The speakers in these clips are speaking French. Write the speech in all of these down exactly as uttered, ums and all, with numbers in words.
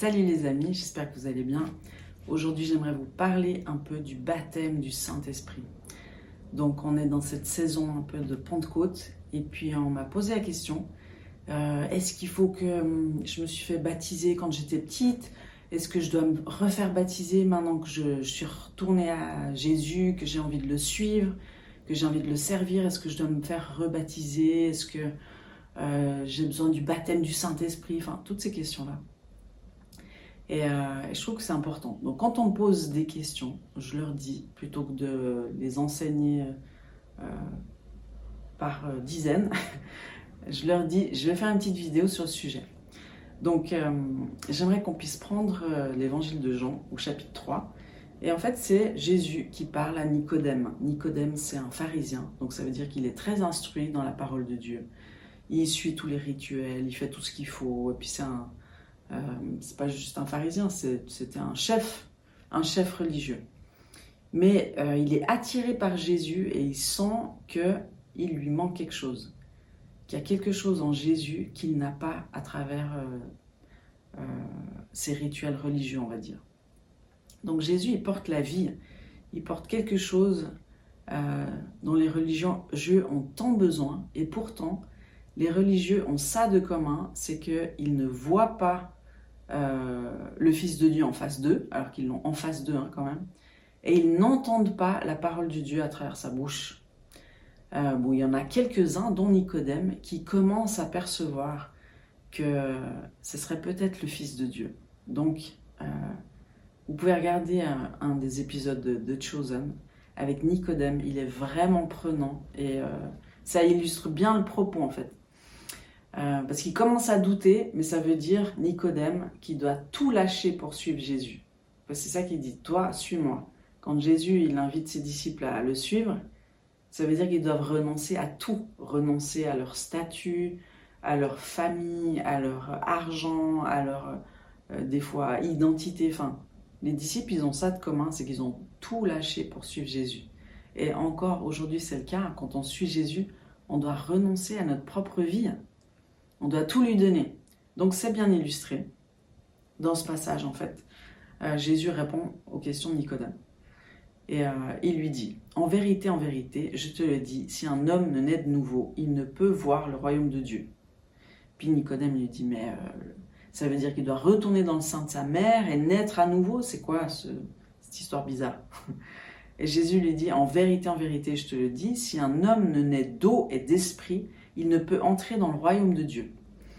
Salut les amis, j'espère que vous allez bien. Aujourd'hui, j'aimerais vous parler un peu du baptême du Saint-Esprit. Donc, on est dans cette saison un peu de Pentecôte et puis on m'a posé la question, euh, est-ce qu'il faut que je me suis fait baptiser quand j'étais petite? Est-ce que je dois me refaire baptiser maintenant que je, je suis retournée à Jésus, que j'ai envie de le suivre, que j'ai envie de le servir? Est-ce que je dois me faire rebaptiser? Est-ce que euh, j'ai besoin du baptême du Saint-Esprit? Enfin, toutes ces questions-là. Et, euh, et je trouve que c'est important. Donc quand on me pose des questions, je leur dis, plutôt que de les enseigner euh, par euh, dizaines, je leur dis, je vais faire une petite vidéo sur le sujet. Donc euh, j'aimerais qu'on puisse prendre euh, l'évangile de Jean au chapitre trois. Et en fait, c'est Jésus qui parle à Nicodème. Nicodème, c'est un pharisien, donc ça veut dire qu'il est très instruit dans la parole de Dieu. Il suit tous les rituels, il fait tout ce qu'il faut, et puis c'est un... Euh, c'est pas juste un pharisien, c'est, c'était un chef, un chef religieux. Mais euh, il est attiré par Jésus et il sent qu'il lui manque quelque chose, qu'il y a quelque chose en Jésus qu'il n'a pas à travers euh, euh, ses rituels religieux, on va dire. Donc Jésus, il porte la vie, il porte quelque chose euh, dont les religieux ont tant besoin, et pourtant, les religieux ont ça de commun, c'est qu'ils ne voient pas Euh, le Fils de Dieu en face d'eux, alors qu'ils l'ont en face d'eux hein, quand même, et ils n'entendent pas la parole de Dieu à travers sa bouche. Euh, bon, il y en a quelques-uns, dont Nicodème, qui commencent à percevoir que ce serait peut-être le Fils de Dieu. Donc, euh, vous pouvez regarder un, un des épisodes de, de Chosen avec Nicodème, il est vraiment prenant, et euh, ça illustre bien le propos en fait. Euh, parce qu'il commence à douter, mais ça veut dire Nicodème qui doit tout lâcher pour suivre Jésus. C'est ça qu'il dit, toi, suis-moi. Quand Jésus il invite ses disciples à le suivre, ça veut dire qu'ils doivent renoncer à tout, renoncer à leur statut, à leur famille, à leur argent, à leur, euh, des fois, identité. Enfin, les disciples, ils ont ça de commun, c'est qu'ils ont tout lâché pour suivre Jésus. Et encore, aujourd'hui, c'est le cas, quand on suit Jésus, on doit renoncer à notre propre vie. On doit tout lui donner. Donc c'est bien illustré dans ce passage en fait. Euh, Jésus répond aux questions de Nicodème. Et euh, il lui dit, en vérité, en vérité, je te le dis, si un homme ne naît de nouveau, il ne peut voir le royaume de Dieu. Puis Nicodème lui dit, mais euh, ça veut dire qu'il doit retourner dans le sein de sa mère et naître à nouveau? C'est quoi ce, cette histoire bizarre? Et Jésus lui dit, en vérité, en vérité, je te le dis, si un homme ne naît d'eau et d'esprit, il ne peut entrer dans le royaume de Dieu.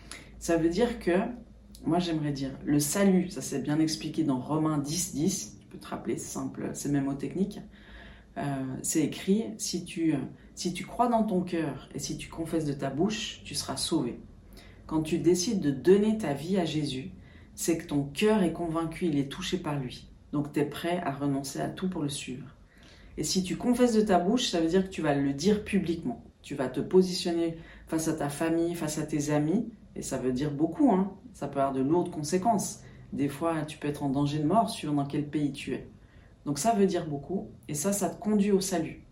Ça veut dire que, moi j'aimerais dire, le salut, ça c'est bien expliqué dans Romains dix, dix, tu peux te rappeler, c'est simple, c'est mémotechnique, euh, c'est écrit, si tu, si tu crois dans ton cœur et si tu confesses de ta bouche, tu seras sauvé. Quand tu décides de donner ta vie à Jésus, c'est que ton cœur est convaincu, il est touché par lui. Donc tu es prêt à renoncer à tout pour le suivre. Et si tu confesses de ta bouche, ça veut dire que tu vas le dire publiquement. Tu vas te positionner face à ta famille, face à tes amis, et ça veut dire beaucoup, hein. Ça peut avoir de lourdes conséquences. Des fois, tu peux être en danger de mort suivant dans quel pays tu es. Donc ça veut dire beaucoup, et ça, ça te conduit au salut.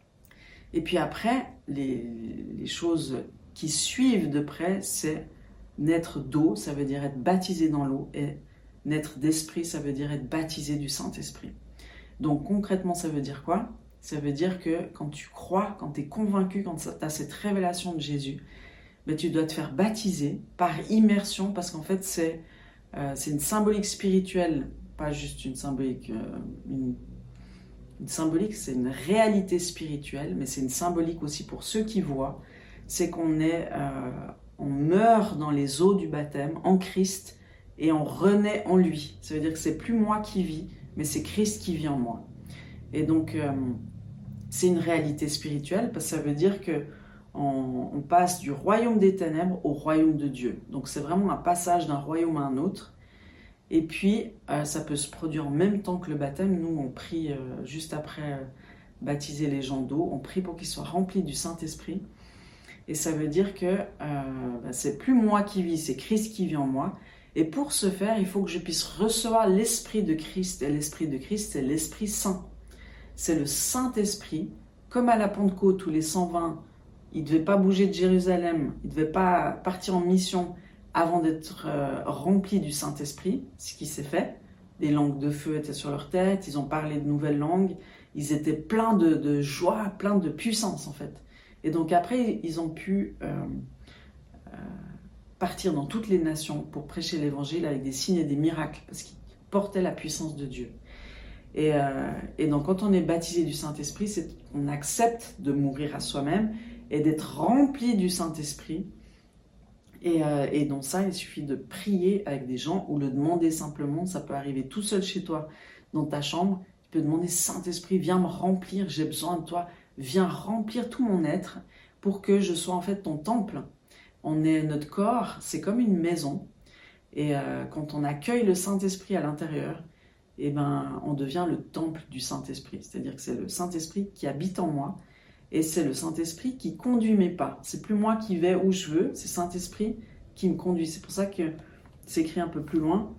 Et puis après, les, les choses qui suivent de près, c'est naître d'eau, ça veut dire être baptisé dans l'eau, et naître d'esprit, ça veut dire être baptisé du Saint-Esprit. Donc concrètement, ça veut dire quoi ? Ça veut dire que quand tu crois, quand tu es convaincu, quand tu as cette révélation de Jésus, ben tu dois te faire baptiser par immersion, parce qu'en fait, c'est, euh, c'est une symbolique spirituelle, pas juste une symbolique. Euh, une, une symbolique, c'est une réalité spirituelle, mais c'est une symbolique aussi pour ceux qui voient. C'est qu'on est, euh, on meurt dans les eaux du baptême, en Christ, et on renaît en lui. Ça veut dire que c'est plus moi qui vis, mais c'est Christ qui vit en moi. Et donc, euh, c'est une réalité spirituelle, parce que ça veut dire que on, on passe du royaume des ténèbres au royaume de Dieu. Donc, c'est vraiment un passage d'un royaume à un autre. Et puis, euh, ça peut se produire en même temps que le baptême. Nous, on prie euh, juste après euh, baptiser les gens d'eau. On prie pour qu'ils soient remplis du Saint-Esprit. Et ça veut dire que euh, bah, c'est plus moi qui vis, c'est Christ qui vit en moi. Et pour ce faire, il faut que je puisse recevoir l'Esprit de Christ. Et l'Esprit de Christ, c'est l'Esprit Saint. C'est le Saint-Esprit. Comme à la Pentecôte où les cent vingt, ils ne devaient pas bouger de Jérusalem, ils ne devaient pas partir en mission avant d'être euh, remplis du Saint-Esprit, ce qui s'est fait. Des langues de feu étaient sur leur tête, ils ont parlé de nouvelles langues, ils étaient pleins de, de joie, pleins de puissance en fait. Et donc après, ils ont pu euh, euh, partir dans toutes les nations pour prêcher l'évangile avec des signes et des miracles, parce qu'ils portaient la puissance de Dieu. Et, euh, et donc quand on est baptisé du Saint-Esprit, c'est qu'on accepte de mourir à soi-même et d'être rempli du Saint-Esprit. Et, euh, et donc ça, il suffit de prier avec des gens ou le demander simplement. Ça peut arriver tout seul chez toi, dans ta chambre. Tu peux demander, Saint-Esprit, viens me remplir, j'ai besoin de toi. Viens remplir tout mon être pour que je sois en fait ton temple. On est, notre corps, c'est comme une maison. Et euh, quand on accueille le Saint-Esprit à l'intérieur, eh ben, on devient le temple du Saint-Esprit. C'est-à-dire que c'est le Saint-Esprit qui habite en moi. Et c'est le Saint-Esprit qui conduit mes pas. C'est plus moi qui vais où je veux, c'est le Saint-Esprit qui me conduit. C'est pour ça que c'est écrit un peu plus loin.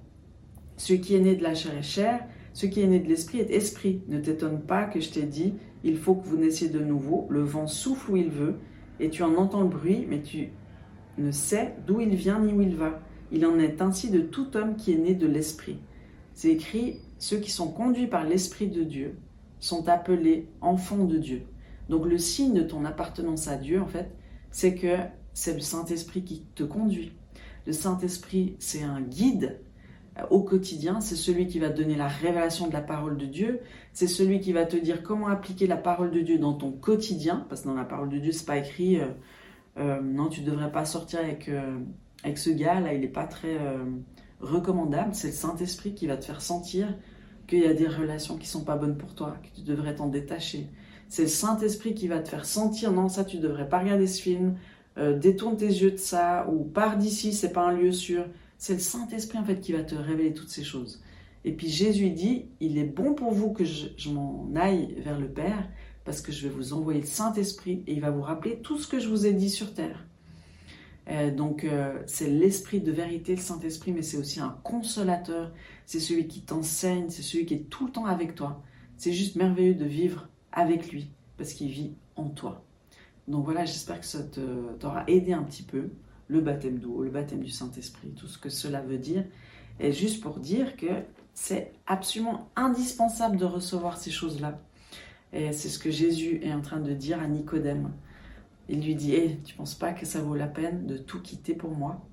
Ce qui est né de la chair est chair, ce qui est né de l'esprit est esprit. Ne t'étonne pas que je t'ai dit, il faut que vous naissiez de nouveau. Le vent souffle où il veut, et tu en entends le bruit, mais tu ne sais d'où il vient ni où il va. Il en est ainsi de tout homme qui est né de l'esprit. C'est écrit, ceux qui sont conduits par l'Esprit de Dieu sont appelés enfants de Dieu. Donc le signe de ton appartenance à Dieu, en fait, c'est que c'est le Saint-Esprit qui te conduit. Le Saint-Esprit, c'est un guide au quotidien, c'est celui qui va te donner la révélation de la parole de Dieu, c'est celui qui va te dire comment appliquer la parole de Dieu dans ton quotidien, parce que dans la parole de Dieu, c'est pas écrit euh, euh, non, tu devrais pas sortir avec, euh, avec ce gars, là, il n'est pas très euh, recommandable. C'est le Saint-Esprit qui va te faire sentir qu'il y a des relations qui sont pas bonnes pour toi, que tu devrais t'en détacher. C'est le Saint-Esprit qui va te faire sentir, non, ça, tu devrais pas regarder ce film, euh, détourne tes yeux de ça, ou pars d'ici, c'est pas un lieu sûr. C'est le Saint-Esprit, en fait, qui va te révéler toutes ces choses. Et puis Jésus dit, il est bon pour vous que je, je m'en aille vers le Père, parce que je vais vous envoyer le Saint-Esprit, et il va vous rappeler tout ce que je vous ai dit sur terre. Euh, donc, euh, c'est l'Esprit de vérité, le Saint-Esprit, mais c'est aussi un consolateur. C'est celui qui t'enseigne, c'est celui qui est tout le temps avec toi. C'est juste merveilleux de vivre avec lui, parce qu'il vit en toi. Donc voilà, j'espère que ça te, t'aura aidé un petit peu, le baptême d'eau, le baptême du Saint-Esprit, tout ce que cela veut dire. Et juste pour dire que c'est absolument indispensable de recevoir ces choses-là. Et c'est ce que Jésus est en train de dire à Nicodème. Il lui dit, hey, tu ne penses pas que ça vaut la peine de tout quitter pour moi?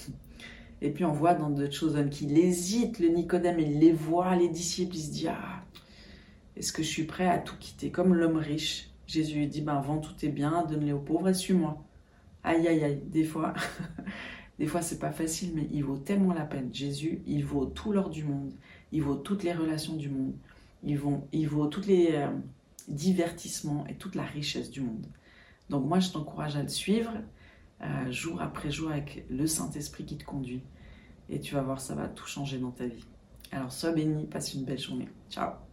Et puis on voit dans d'autres choses qu'il hésite, le Nicodème, il les voit, les disciples, il se dit, ah, est-ce que je suis prêt à tout quitter? Comme l'homme riche, Jésus lui dit, ben, vends tous tes biens, donne-les aux pauvres et suis-moi. Aïe, aïe, aïe, des fois, des fois c'est pas facile, mais il vaut tellement la peine. Jésus, il vaut tout l'or du monde, il vaut toutes les relations du monde, il vaut, il vaut tous les euh, divertissements et toute la richesse du monde. Donc moi, je t'encourage à le suivre, euh, jour après jour, avec le Saint-Esprit qui te conduit. Et tu vas voir, ça va tout changer dans ta vie. Alors, sois béni, passe une belle journée. Ciao!